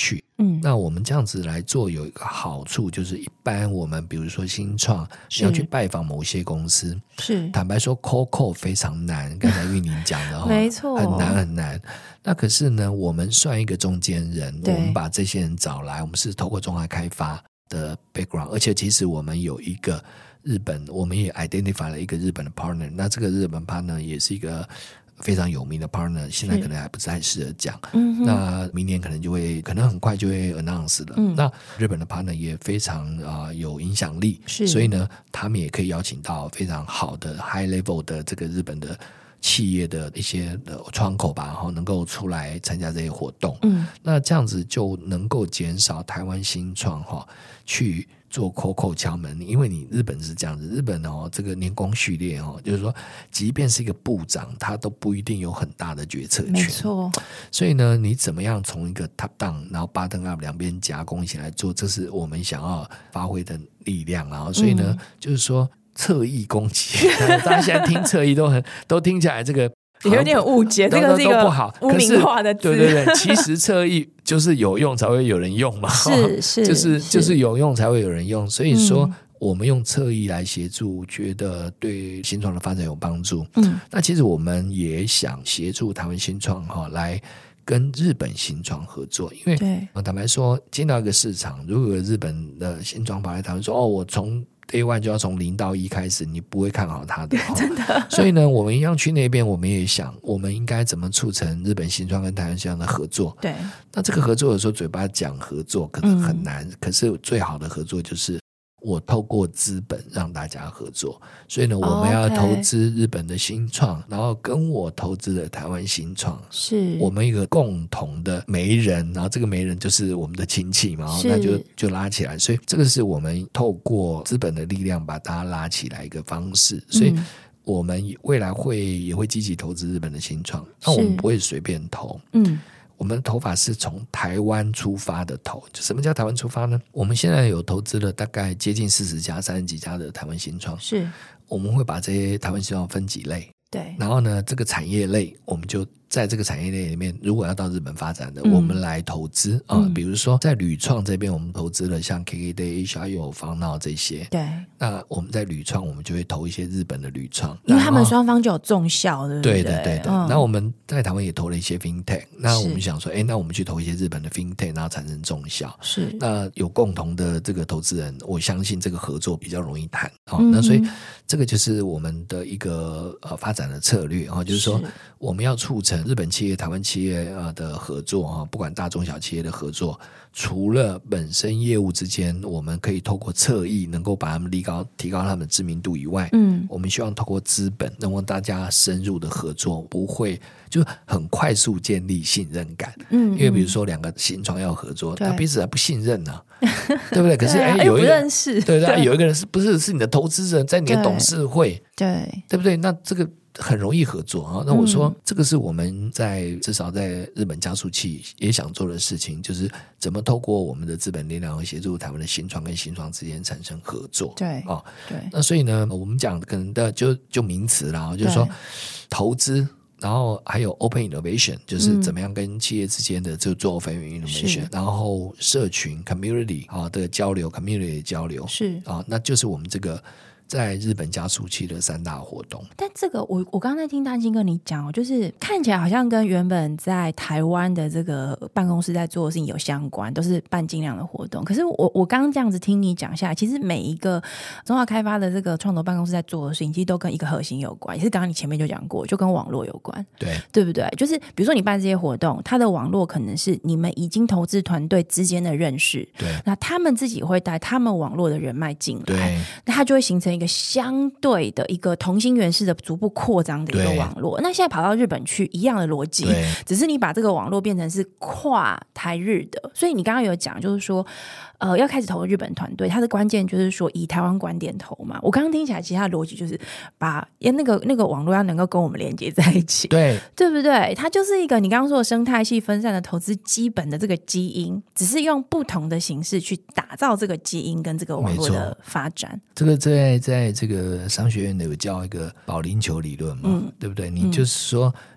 嗯，那我们这样子来做有一个好处，就是一般我们比如说新创你要去拜访某些公司， 是坦白说 cold call 非常难，刚才玉宁讲的没错， 很难很难。那可是呢，我们算一个中间人，我们把这些人找来，我们是透过中华开发的 background， 而且其实我们有一个日本，我们也 identify 了一个日本的 partner， 那这个日本 partner 也是一个非常有名的 partner， 现在可能还不太适合讲、嗯、那明年可能就会可能很快就会 announce 了、嗯、那日本的 partner 也非常、呃、有影响力，所以呢他们也可以邀请到非常好的 high level 的这个日本的企业的一些窗口吧，能够出来参加这些活动、嗯、那这样子就能够减少台湾新创去做 cold call 敲门，因为你日本是这样子，日本哦这个年功序列哦，就是说即便是一个部长他都不一定有很大的决策权， 没错， 所以呢你怎么样从一个 top down 然后 bottom up 两边夹攻起来做，这是我们想要发挥的力量，然后所以呢、嗯、就是说侧翼攻击大家现在听侧翼都很都听起来这个有点误解，这个是一个污名化的字， 对对对，其实侧翼就是有用才会有人用嘛， 是是就是就是有用才会有人用，所以说我们用侧翼来协助，觉得对新创的发展有帮助。嗯，那其实我们也想协助台湾新创哈来跟日本新创合作，因为坦白说进到一个市场，如果日本的新创跑来台湾说哦，我从Day One 就要从零到一开始，你不会看好它的， 真的。 所以呢，我们一样去那边，我们也想，我们应该怎么促成日本新创跟台湾新创的合作？ 对。 那这个合作有时候嘴巴讲合作可能很难、嗯，可是最好的合作就是我透过资本让大家合作，所以呢，我们要投资日本的新创、oh, okay. 然后跟我投资的台湾新创， 是我们一个共同的媒人，然后这个媒人就是我们的亲戚嘛，那就就拉起来，所以这个是我们透过资本的力量把大家拉起来一个方式，所以我们未来会也会积极投资日本的新创，那我们不会随便投，嗯。我们的投法是从台湾出发的投，就什么叫台湾出发呢？我们现在有投资了大概接近四十家、三十几家的台湾新创， 是我们会把这些台湾新创分几类， 对， 然后呢，这个产业类我们就在这个产业链里面，如果要到日本发展的、嗯、我们来投资啊、嗯，比如说在旅创这边我们投资了像 K K Day、H R U、方闹这些， 对， 那我们在旅创我们就会投一些日本的旅创， 因为他们双方就有重效，对不对？ 对的对的、嗯、那我们在台湾也投了一些 FinTech， 那我们想说诶那我们去投一些日本的 FinTech， 然后产生重效， 是， 那有共同的这个投资人，我相信这个合作比较容易谈、哦嗯、那所以这个就是我们的一个、呃、发展的策略、哦、就是说我们要促成日本企业台湾企业的合作，不管大中小企业的合作，除了本身业务之间我们可以透过侧翼能够把他们提高提高他们的知名度以外，嗯，我们希望透过资本能够大家深入的合作，不会就很快速建立信任感，嗯，因为比如说两个新创要合作，他彼此还不信任呢、啊，对不对？可是哎、欸，有一个人是， 对对，有一个人是不是是你的投资人，在你的董事会， 对对不对？那这个很容易合作啊！那我说、嗯、这个是我们在至少在日本加速器也想做的事情，就是怎么透过我们的资本力量协助台湾的新创跟新创之间产生合作。 对啊、 哦， 对。 那所以呢，我们讲可能的就就名词啦，就是说投资，然后还有 open innovation， 就是怎么样跟企业之间的就做 open innovation，、嗯、然后社群 community 啊的交流 community 的交流是啊，那就是我们这个。在日本加速器的三大活动， 但这个我我刚才听大金哥你讲，就是看起来好像跟原本在台湾的这个办公室在做的事情有相关，都是办尽量的活动。可是我我刚刚这样子听你讲下来，其实每一个中华开发的这个创投办公室在做的事情，其实都跟一个核心有关，也是刚刚你前面就讲过，就跟网络有关， 对对不对？就是比如说你办这些活动，它的网络可能是你们已经投资团队之间的认识， 对， 那他们自己会带他们网络的人脉进来， 对， 那它就会形成一个相对的一个同心圆式的逐步扩张的一个网络。那现在跑到日本去一样的逻辑，只是你把这个网络变成是跨台日的。所以你刚刚有讲就是说呃，要开始投入日本团队，它的关键就是说以台湾观点投嘛。我刚刚听起来其实它的逻辑就是把那个那个网络要能够跟我们连接在一起， 对对不对？它就是一个你刚刚说的生态系分散的投资基本的这个基因，只是用不同的形式去打造这个基因跟这个网络的发展。 这个在在这个商学院有教一个保龄球理论嘛、嗯、对不对？你就是说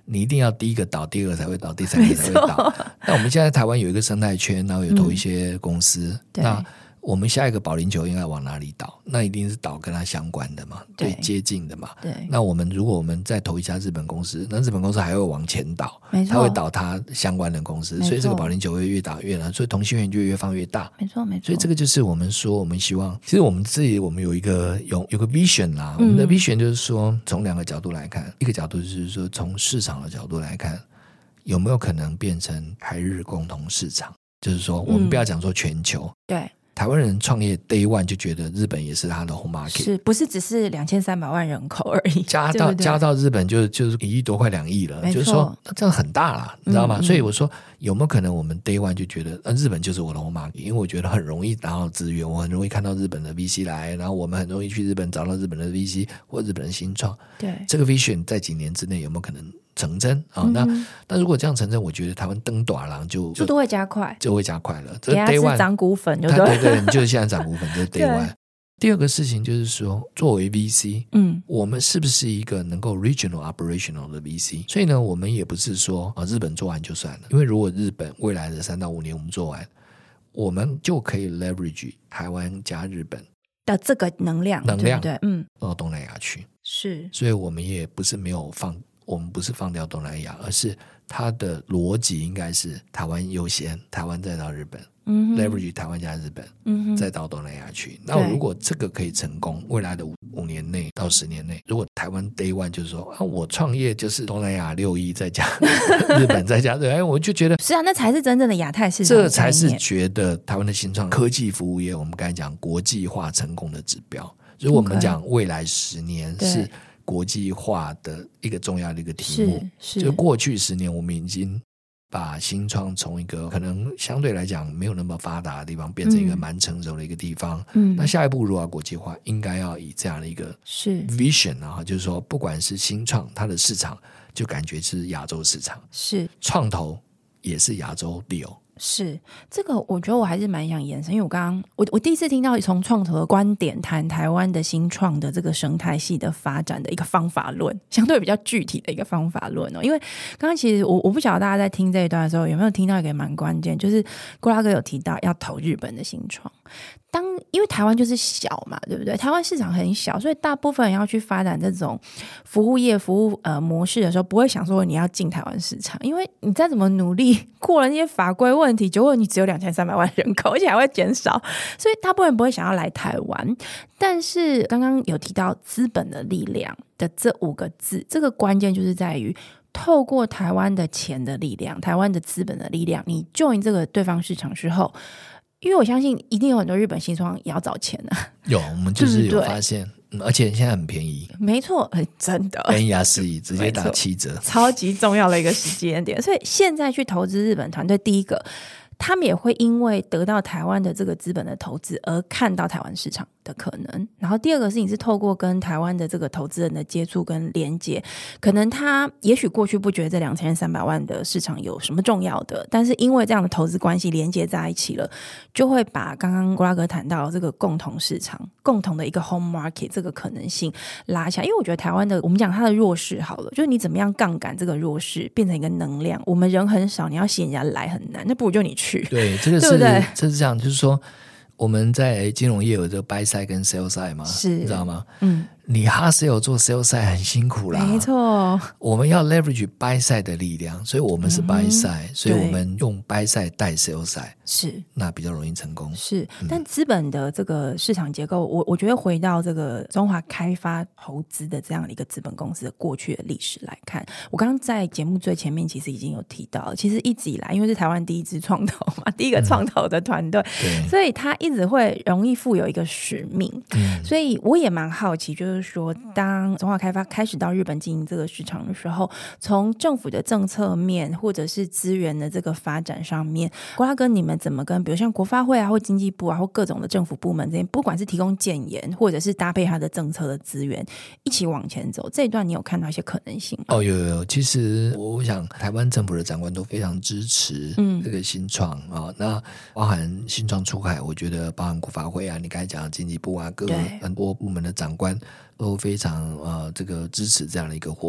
你一定要第一个倒，第二个才会倒，第三个才会倒。那我们现在台湾有一个生态圈，然后有投一些公司，嗯、那我们下一个保龄球应该往哪里倒？那一定是倒跟它相关的嘛，对，对接近的嘛。 对。 那我们如果我们再投一家日本公司，那日本公司还会往前倒，它会倒它相关的公司，所以这个保龄球会越打越难，所以同心圆就越放越大。 没错没错。 所以这个就是我们说，我们希望，其实我们自己我们有一个有有个 vision 啦，嗯、我们的 vision 就是说，从两个角度来看，一个角度就是说，从市场的角度来看，有没有可能变成台日共同市场？就是说，我们不要讲说全球， 嗯、对。 台湾人创业 day one 就觉得日本也是他的 home market， 是不是只是两千三百万人口而已？ 加到对对加到日本就就是一亿多快两亿了，就是说这样很大啦，你知道吗？嗯嗯，所以我说有没有可能我们 day one 就觉得、呃、日本就是我的 home market， 因为我觉得很容易拿到资源，我很容易看到日本的 V C 来，然后我们很容易去日本找到日本的 V C 或日本的新创。 对， 这个 vision 在几年之内有没有可能成真啊、哦？那、嗯、那如果这样成真，我觉得台湾登短廊就速度会加快， 就会加快了。 这 day one 涨股粉就对， 对对，你就是现在涨股粉，这是 day one。第二个事情就是说，作为 V C， 嗯，我们是不是一个能够 regional operational 的 V C？ 所以呢，我们也不是说啊，日本做完就算了，因为如果日本未来的三到五年我们做完，我们就可以 leverage 台湾加日本的这个能量， 能量， 对不对？嗯， 到东南亚去是，所以我们也不是没有放。我们不是放掉东南亚，而是它的逻辑应该是台湾优先，台湾再到日本，嗯 leverage 台湾加日本，嗯，再到东南亚去。那如果这个可以成功，未来的五五年内到十年内，如果台湾 day one 就是说啊，我创业就是东南亚六亿再加日本再加对，哎，我就觉得是啊，那才是真正的亚太市场， 这才是觉得台湾的新创科技服务业，我们刚才讲国际化成功的指标。如果我们讲未来十年是国际化的一个重要的一个题目，是是就过去十年我们已经把新创从一个可能相对来讲没有那么发达的地方变成一个蛮成熟的一个地方，嗯，那下一步如果要国际化，应该要以这样的一个 vision 啊，就是说不管是新创它的市场就感觉是亚洲市场， 是创投也是亚洲流， 是这个我觉得我还是蛮想延伸，因为我刚刚我我第一次听到从创投的观点谈台湾的新创的这个生态系的发展的一个方法论，相对比较具体的一个方法论哦。因为刚刚其实我我不晓得大家在听这一段的时候有没有听到一个蛮关键，就是郭大哥有提到要投日本的新创。当因为台湾就是小嘛，对不对？台湾市场很小，所以大部分人要去发展这种服务业服务呃模式的时候，不会想说你要进台湾市场，因为你再怎么努力过了那些法规问题，结果你只有两千三百万人口，而且还会减少，所以大部分人不会想要来台湾。但是刚刚有提到资本的力量的这五个字，这个关键就是在于透过台湾的钱的力量，台湾的资本的力量，你 join 这个对方市场之后，因为我相信一定有很多日本新创也要找钱啊。 有，我们就是有发现，对对、嗯、而且现在很便宜。 没错，真的便宜啊，适宜，直接打七折， 超级重要的一个时间点。所以现在去投资日本团队，第一个，他们也会因为得到台湾的这个资本的投资而看到台湾市场的可能。然后第二个事情是透过跟台湾的这个投资人的接触跟连接，可能他也许过去不觉得这两千三百万的市场有什么重要的，但是因为这样的投资关系连接在一起了，就会把刚刚郭大哥谈到这个共同市场、共同的一个 home market 这个可能性拉起来。因为我觉得台湾的我们讲它的弱势好了，就是你怎么样杠杆这个弱势变成一个能量。我们人很少，你要吸引人家来很难，那不如就你去。 对，这个是，对对，这是这样，就是说我们在金融业有这个 buy side 跟 sell side 嘛，是，你知道吗？嗯，你 hard sell 做 sell side 很辛苦啦， 没错。 我们要 leverage buy side 的力量，所以我们是 buy side，、嗯、所以我们用 buy side 带 sell side， 是，那比较容易成功。是， 嗯、但资本的这个市场结构，我我觉得回到这个中华开发投资的这样的一个资本公司的过去的历史来看，我刚刚在节目最前面其实已经有提到了，其实一直以来，因为是台湾第一支创投嘛，第一个创投的团队、嗯，所以他一直会容易负有一个使命。嗯，所以我也蛮好奇，就是说，当中华开发开始到日本经营这个市场的时候，从政府的政策面或者是资源的这个发展上面，郭大哥你们怎么跟比如像国发会啊或经济部啊或各种的政府部门这些，不管是提供建言或者是搭配他的政策的资源一起往前走，这一段你有看到一些可能性吗？ 哦，有有有，其实我想台湾政府的长官都非常支持这个新创啊、嗯哦，那包含新创出海，我觉得包含国发会啊，你刚才讲的经济部啊，各很多部门的长官都非常呃这个支持这样的一个活动。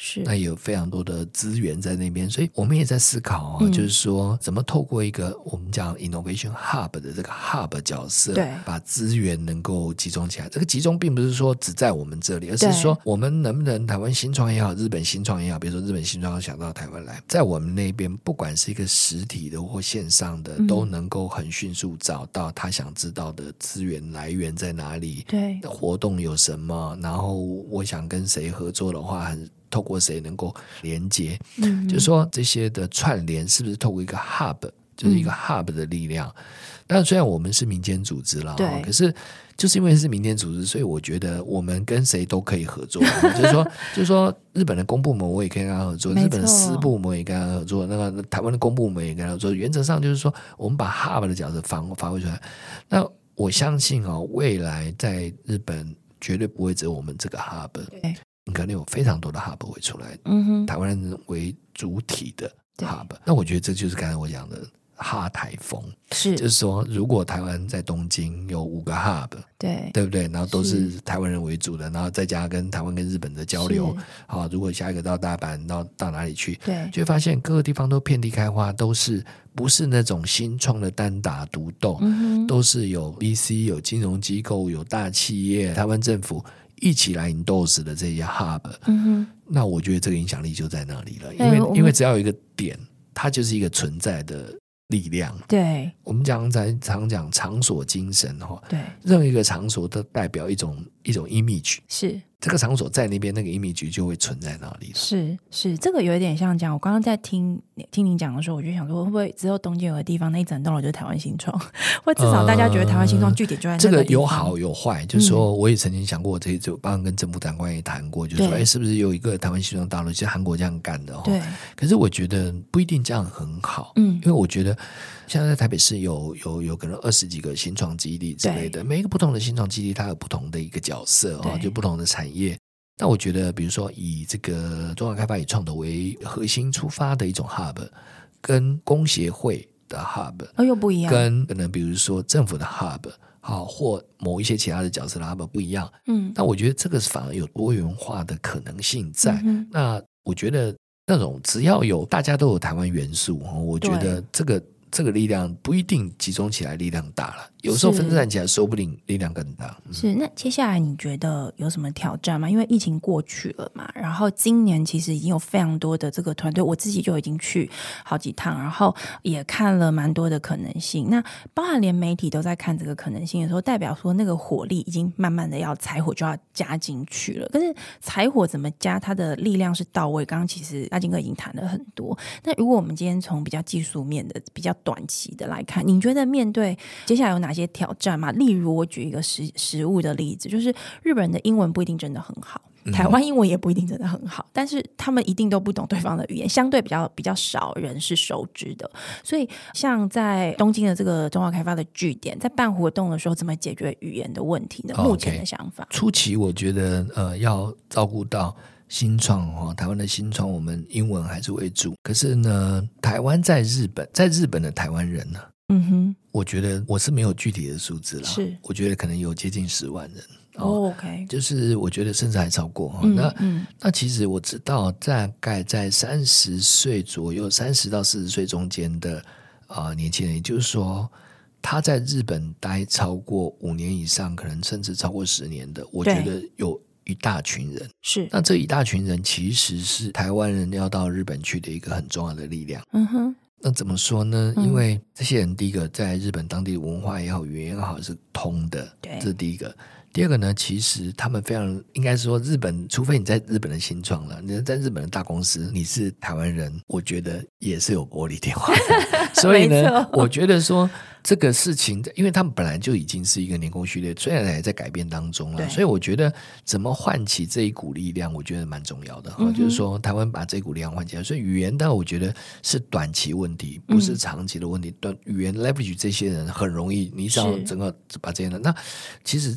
是， 那也有非常多的资源在那边，所以我们也在思考、啊嗯、就是说怎么透过一个我们讲 innovation hub 的这个 hub 角色， 对， 把资源能够集中起来。这个集中并不是说只在我们这里，而是说我们能不能台湾新创也好，日本新创也好，比如说日本新创想到台湾来，在我们那边不管是一个实体的或线上的、嗯、都能够很迅速找到他想知道的资源来源在哪里， 对，活动有什么，然后我想跟谁合作的话很透过谁能够连接、嗯、就是说这些的串联是不是透过一个 hub， 就是一个 hub 的力量、嗯、但虽然我们是民间组织啦，对，可是就是因为是民间组织，所以我觉得我们跟谁都可以合作就是说就是说日本的公部门我也可以跟他合作，日本的私部门也跟他合作，那个台湾的公部门也跟他合作，原则上就是说我们把 hub 的角色发发挥出来。那我相信哦，未来在日本绝对不会只有我们这个 hub， 对，可能有非常多的 hub 会出来，嗯哼，台湾人为主体的 hub。那我觉得这就是刚才我讲的哈台风，是，就是说如果台湾在东京有五个 hub， 对，对不对？然后都是台湾人为主的，然后再加跟台湾跟日本的交流，好，如果下一个到大阪，到到哪里去？对，就会发现各个地方都遍地开花，都是不是那种新创的单打独斗、嗯、都是有 V C 有金融机构有大企业台湾政府一起来 endorse 的这些 hub、嗯、那我觉得这个影响力就在那里了，因为因为只要有一个点，它就是一个存在的力量。对，我们讲才常讲场所精神，对，任何一个场所都代表一种一种 image， 是这个场所在那边，那个 image 就会存在那里了。是是，这个有一点像讲，我刚刚在听听您讲的时候，我就想说，会不会只有东京有个地方，那一整栋楼就是台湾新创，或至少大家觉得台湾新创据点就在那个地方、呃、这个有好有坏，就是说，我也曾经想过，这就包括跟政府长官也谈过，就是说，哎，是不是有一个台湾新创大陆，其实韩国这样干的、哦、对。可是我觉得不一定这样很好，嗯，因为我觉得现在在台北市有有有可能二十几个新创基地之类的，每一个不同的新创基地，它有不同的一个角色、哦、就不同的产业。那我觉得比如说以这个中华开发与创投为核心出发的一种 hub， 跟工协会的 hub、哦、又不一样，跟可能比如说政府的 hub 好，或某一些其他的角色的 hub 不一样。嗯，那我觉得这个反而有多元化的可能性在、嗯、那我觉得那种只要有大家都有台湾元素，我觉得这个这个力量不一定集中起来力量大了，有时候分散起来说不定力量更大。是，那接下来你觉得有什么挑战吗？因为疫情过去了嘛，然后今年其实已经有非常多的这个团队，我自己就已经去好几趟，然后也看了蛮多的可能性。那包含连媒体都在看这个可能性的时候，代表说那个火力已经慢慢的要柴火就要加进去了。可是柴火怎么加，它的力量是到位，刚刚其实阿金哥已经谈了很多。那如果我们今天从比较技术面的比较短期的来看，你觉得面对接下来有哪些挑战吗？例如我举一个实实物的例子，就是日本人的英文不一定真的很好，台湾英文也不一定真的很好，但是他们一定都不懂对方的语言，相对比较比较少人是熟知的。所以像在东京的这个中华开发的据点，在办活动的时候怎么解决语言的问题呢？ oh, okay. 目前的想法， 初期我觉得呃要照顾到新创、哦、台湾的新创我们英文还是为主，可是呢台湾在日本，在日本的台湾人呢，嗯哼，我觉得我是没有具体的数字啦，是我觉得可能有接近十万人。哦 ，OK， 就是我觉得甚至还超过。嗯、那、嗯、那其实我知道，大概在三十岁左右，三十到四十岁中间的啊、呃、年轻人，也就是说他在日本待超过五年以上，可能甚至超过十年的，我觉得有一大群人。是，那这一大群人其实是台湾人要到日本去的一个很重要的力量。嗯哼。那怎么说呢？因为这些人第一个在日本当地的文化也好，语言也好是通的，对，这是第一个。第二个呢，其实他们非常应该说日本，除非你在日本的新创了，你在日本的大公司，你是台湾人，我觉得也是有玻璃电话的。所以呢，我觉得说这个事情，因为他们本来就已经是一个年功序列，虽然还在改变当中了，所以我觉得怎么唤起这一股力量，我觉得蛮重要的、嗯、就是说台湾把这一股力量唤起来。所以语言，但我觉得是短期问题，不是长期的问题。短、嗯、语言 leverage 这些人很容易，你只要整个把这些人，那其实在现在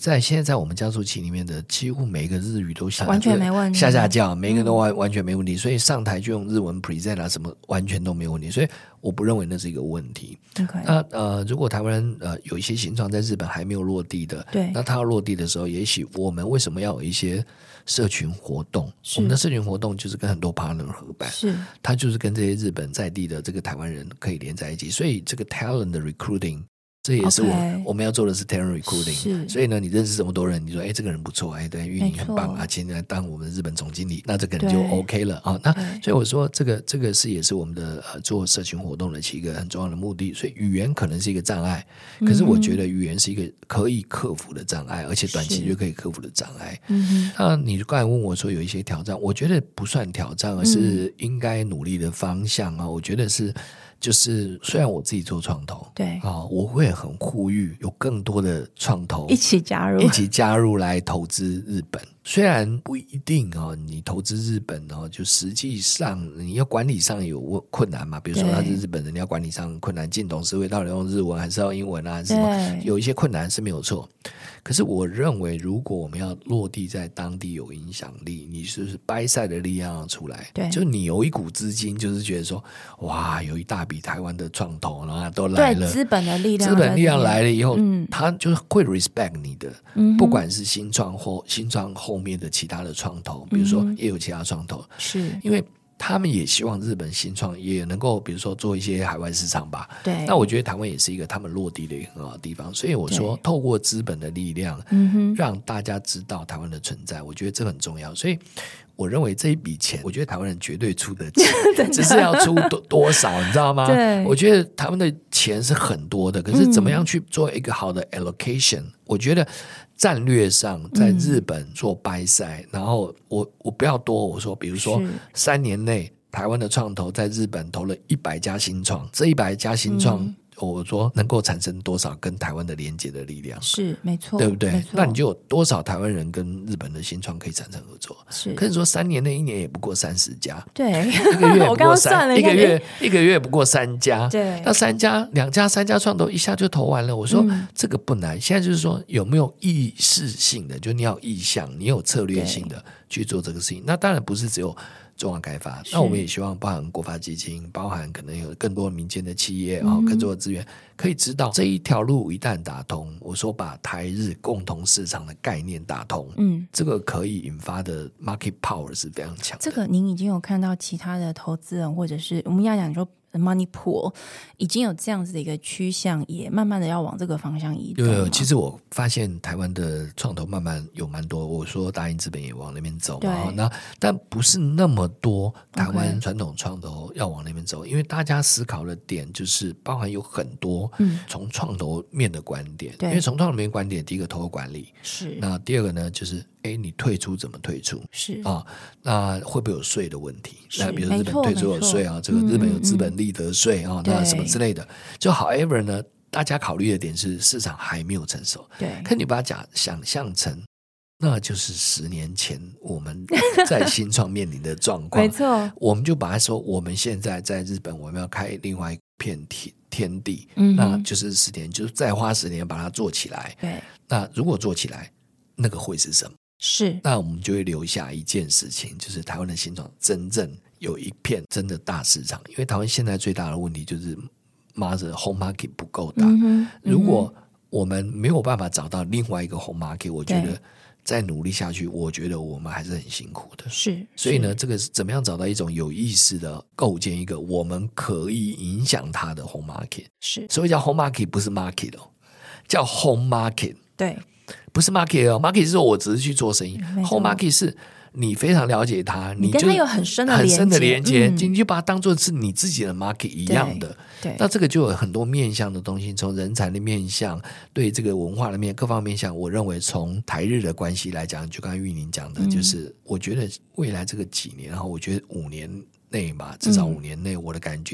在我们加速器里面的几乎每一个日语都下完全没问题， 下下叫，每一个都完、嗯、完全没问题，所以上台就用日文 present 啊什么完全都没有问题，所以我不认为那是一个问题。 Okay. 那呃，如果台湾人呃有一些新创在日本还没有落地的， 对， 那它要落地的时候，也许我们为什么要有一些社群活动？我们的社群活动就是跟很多 partner 合办， 是， 它就是跟这些日本在地的这个台湾人可以连在一起，所以这个 talent 的 recruiting。这也是我、okay. 我们要做的是 talent recruiting， 所以呢，你认识这么多人，你说哎，这个人不错，哎，对，玉宁很棒啊，今天来当我们的日本总经理，那这个人就 OK 了啊。那所以我说，这个这个是也是我们的呃做社群活动的一个很重要的目的。所以语言可能是一个障碍，可是我觉得语言是一个可以克服的障碍，而且短期就可以克服的障碍。嗯，那你刚才问我说有一些挑战，我觉得不算挑战，而是应该努力的方向啊。我觉得是。就是虽然我自己做创投， 对啊，我会很呼吁有更多的创投一起加入， 一起加入来投资日本。虽然不一定哦，你投资日本哦，就实际上你要管理上有困难嘛，比如说他是日本人，你要管理上困难，进董事会到底用日文还是要英文啊，什么有一些困难是没有错。可是我认为，如果我们要落地在当地有影响力，你是不是buy side的力量要出来？ 对， 就你有一股资金，就是觉得说，哇，有一大笔台湾的创投，然后都来了， 对，资本的力量， 资本力量来了以后，嗯，他就是会 respect 你的，嗯，不管是新创或新创后面的其他的创投，比如说也有其他创投， 是因为。他们也希望日本新创也能够比如说做一些海外市场吧， 对， 那我觉得台湾也是一个他们落地的一个很好的地方，所以我说透过资本的力量、嗯、让大家知道台湾的存在，我觉得这很重要。所以我认为这一笔钱我觉得台湾人绝对出得起只是要出 多, 多少你知道吗？ 对， 我觉得台湾的钱是很多的，可是怎么样去做一个好的 allocation、嗯、我觉得战略上在日本做buy side、嗯、然后我我不要多，我说比如说三年内台湾的创投在日本投了一百家新创，这一百家新创、嗯我说能够产生多少跟台湾的连接的力量， 是没错， 对不对？那你就有多少台湾人跟日本的新创可以产生合作？ 是， 可是说三年内一年也不过三十家， 对， 一个月我刚刚算了一个月一个月不过三家， 对， 那三家两家三家创投一下就投完了。我说、嗯、这个不难，现在就是说有没有意识性的，就你要意向，你有策略性的去做这个事情。那当然不是只有中华开发，那我们也希望包含国发基金，包含可能有更多民间的企业、嗯、更多的资源，可以知道这一条路一旦打通，我说把台日共同市场的概念打通，嗯，这个可以引发的 market power 是非常强的。 这个您已经有看到其他的投资人，或者是我们要讲说money pool 已经有这样子的一个趋向，也慢慢的要往这个方向移动。 有有，其实我发现台湾的创投慢慢有蛮多，我说大英资本也往那边走嘛，那但不是那么多台湾传统创投要往那边走， okay. 因为大家思考的点就是包含有很多从创投面的观点、嗯、因为从创投面观点，第一个投后管理是， 那第二个呢就是哎，你退出怎么退出？ 是啊，那会不会有税的问题？那比如日本退出有税啊，这个日本有资本利得税啊，那什么之类的。就 however 呢，大家考虑的点是市场还没有成熟。 对， 可你把它假想象成，那就是十年前我们在新创面临的状况。 没错， 我们就把它说，我们现在在日本，我们要开另外一片天天地，嗯、那就是十年，就是再花十年把它做起来。 对， 那如果做起来，那个会是什么？ 是， 那我们就会留下一件事情，就是台湾的新创真正有一片真的大市场。因为台湾现在最大的问题就是妈的 home market 不够大、嗯、如果我们没有办法找到另外一个 home market， 我觉得再努力下去，我觉得我们还是很辛苦的。 是， 所以呢，这个是怎么样找到一种有意识的构建一个我们可以影响它的 home market。 是， 所以叫 home market 不是 market 哦，叫 home market。 对， 不是 market 哦 ，market 是说我只是去做生意 ，home market 是你非常了解它， 你跟它有很深的很深的连接， 嗯、 你就把它当作是你自己的 market 一样的。 对，对， 那这个就有很多面向的东西，从人才的面向，对这个文化的面，各方面向，我认为从台日的关系来讲，就刚才玉宁讲的，嗯、就是我觉得未来这个几年，然后我觉得五年内吧，至少五年内，嗯、我的感觉。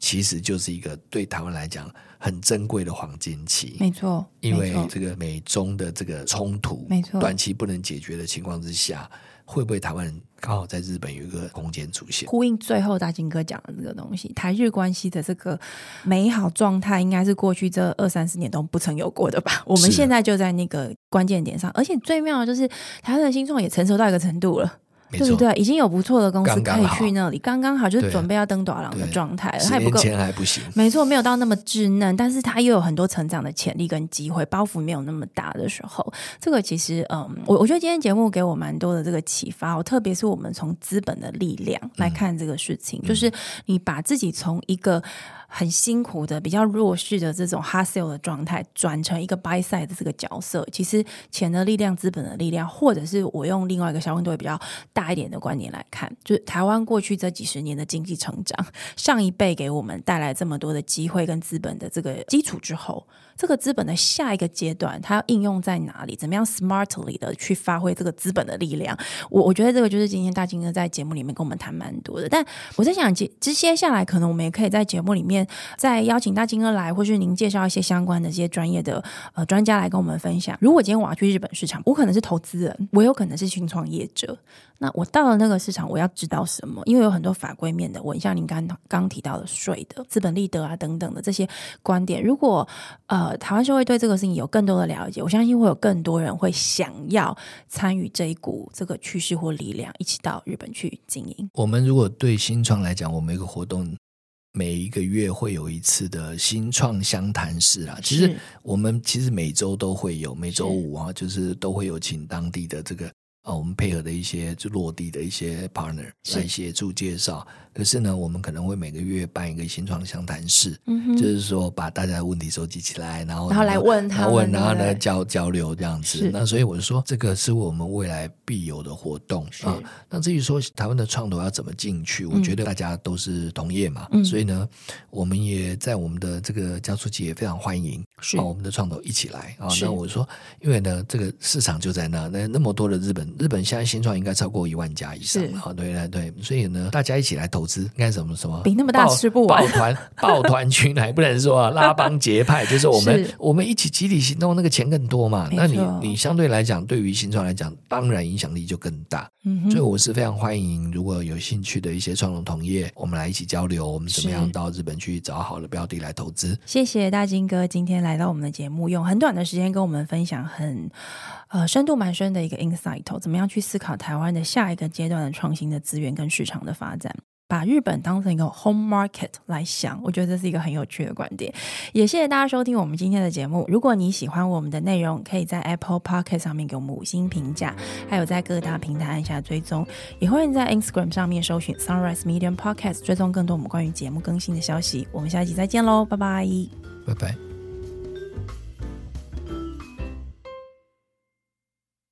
其实就是一个对台湾来讲很珍贵的黄金期。 没错， 因为这个美中的这个冲突， 没错， 短期不能解决的情况之下，会不会台湾人刚好在日本有一个空间出现？ 呼应最后大金哥讲的这个东西，台日关系的这个美好状态，应该是过去这二三十年都不曾有过的吧？我们现在就在那个关键点上，而且最妙的就是台湾的新创也成熟到一个程度了。对不对？已经有不错的公司可以去那里，刚刚好就是准备要登大郎的状态了。 十年前还不行， 没错，没有到那么稚嫩，但是它又有很多成长的潜力跟机会，包袱没有那么大的时候，这个其实嗯，我我觉得今天节目给我蛮多的这个启发、哦，特别是我们从资本的力量来看这个事情，嗯、就是你把自己从一个很辛苦的比较弱势的这种 hustle 的状态转成一个 buy side 的这个角色，其实钱的力量、资本的力量，或者是我用另外一个相对比较大一点的观点来看，就是台湾过去这几十年的经济成长，上一辈给我们带来这么多的机会跟资本的这个基础之后，这个资本的下一个阶段它要应用在哪里，怎么样 smartly 的去发挥这个资本的力量，我我觉得这个就是今天大金哥在节目里面跟我们谈蛮多的。但我在想接接下来可能我们也可以在节目里面再邀请大金哥来，或是您介绍一些相关的这些专业的呃专家来跟我们分享。如果今天我要去日本市场，我可能是投资人，我有可能是新创业者，那我到了那个市场我要知道什么？因为有很多法规面的问，像您刚刚提到的税的资本利得啊等等的这些观点，如果呃台湾社会对这个事情有更多的了解，我相信会有更多人会想要参与这一股这个趋势或力量，一起到日本去经营。 我们如果对新创来讲，我们有一个活动每一个月会有一次的新创相谈室啊，其实我们其实每周都会有，每周五啊，就是都会有请当地的这个啊，我们配合的一些就落地的一些 partner 来协助介绍。可是呢，我们可能会每个月办一个新创相谈室，嗯、就是说把大家的问题收集起来，然后然后来问他们， 然后来交交流这样子。那所以我就说，这个是我们未来必有的活动啊。那至于说台湾的创投要怎么进去，我觉得大家都是同业嘛，嗯、所以呢，我们也在我们的这个加速器也非常欢迎啊，我们的创投一起来啊。那我说，因为呢，这个市场就在那，那那么多的日本，日本现在新创应该超过一万家以上啊，对对对，所以呢，大家一起来投资，应该什么什么比那么大吃不完， 抱团抱团取暖，不能说、啊、拉帮结派，就是我们是我们一起集体行动，那个钱更多嘛。那你你相对来讲，对于新创来讲，当然影响力就更大。嗯、所以我是非常欢迎，如果有兴趣的一些创投同业，我们来一起交流，我们怎么样到日本去找好的标的来投资。 谢谢大金哥今天来到我们的节目，用很短的时间跟我们分享很呃深度蛮深的一个 insight， 怎么样去思考台湾的下一个阶段的创新的资源跟市场的发展。把日本当成一个 home market 来想，我觉得这是一个很有趣的观点。也谢谢大家收听我们今天的节目，如果你喜欢我们的内容，可以在 Apple Podcast 上面给我们五星评价，还有在各大平台按下追踪，也欢迎在 Instagram 上面搜寻 Sunrise Medium Podcast 追踪更多我们关于节目更新的消息。我们下一集再见咯，拜拜拜拜。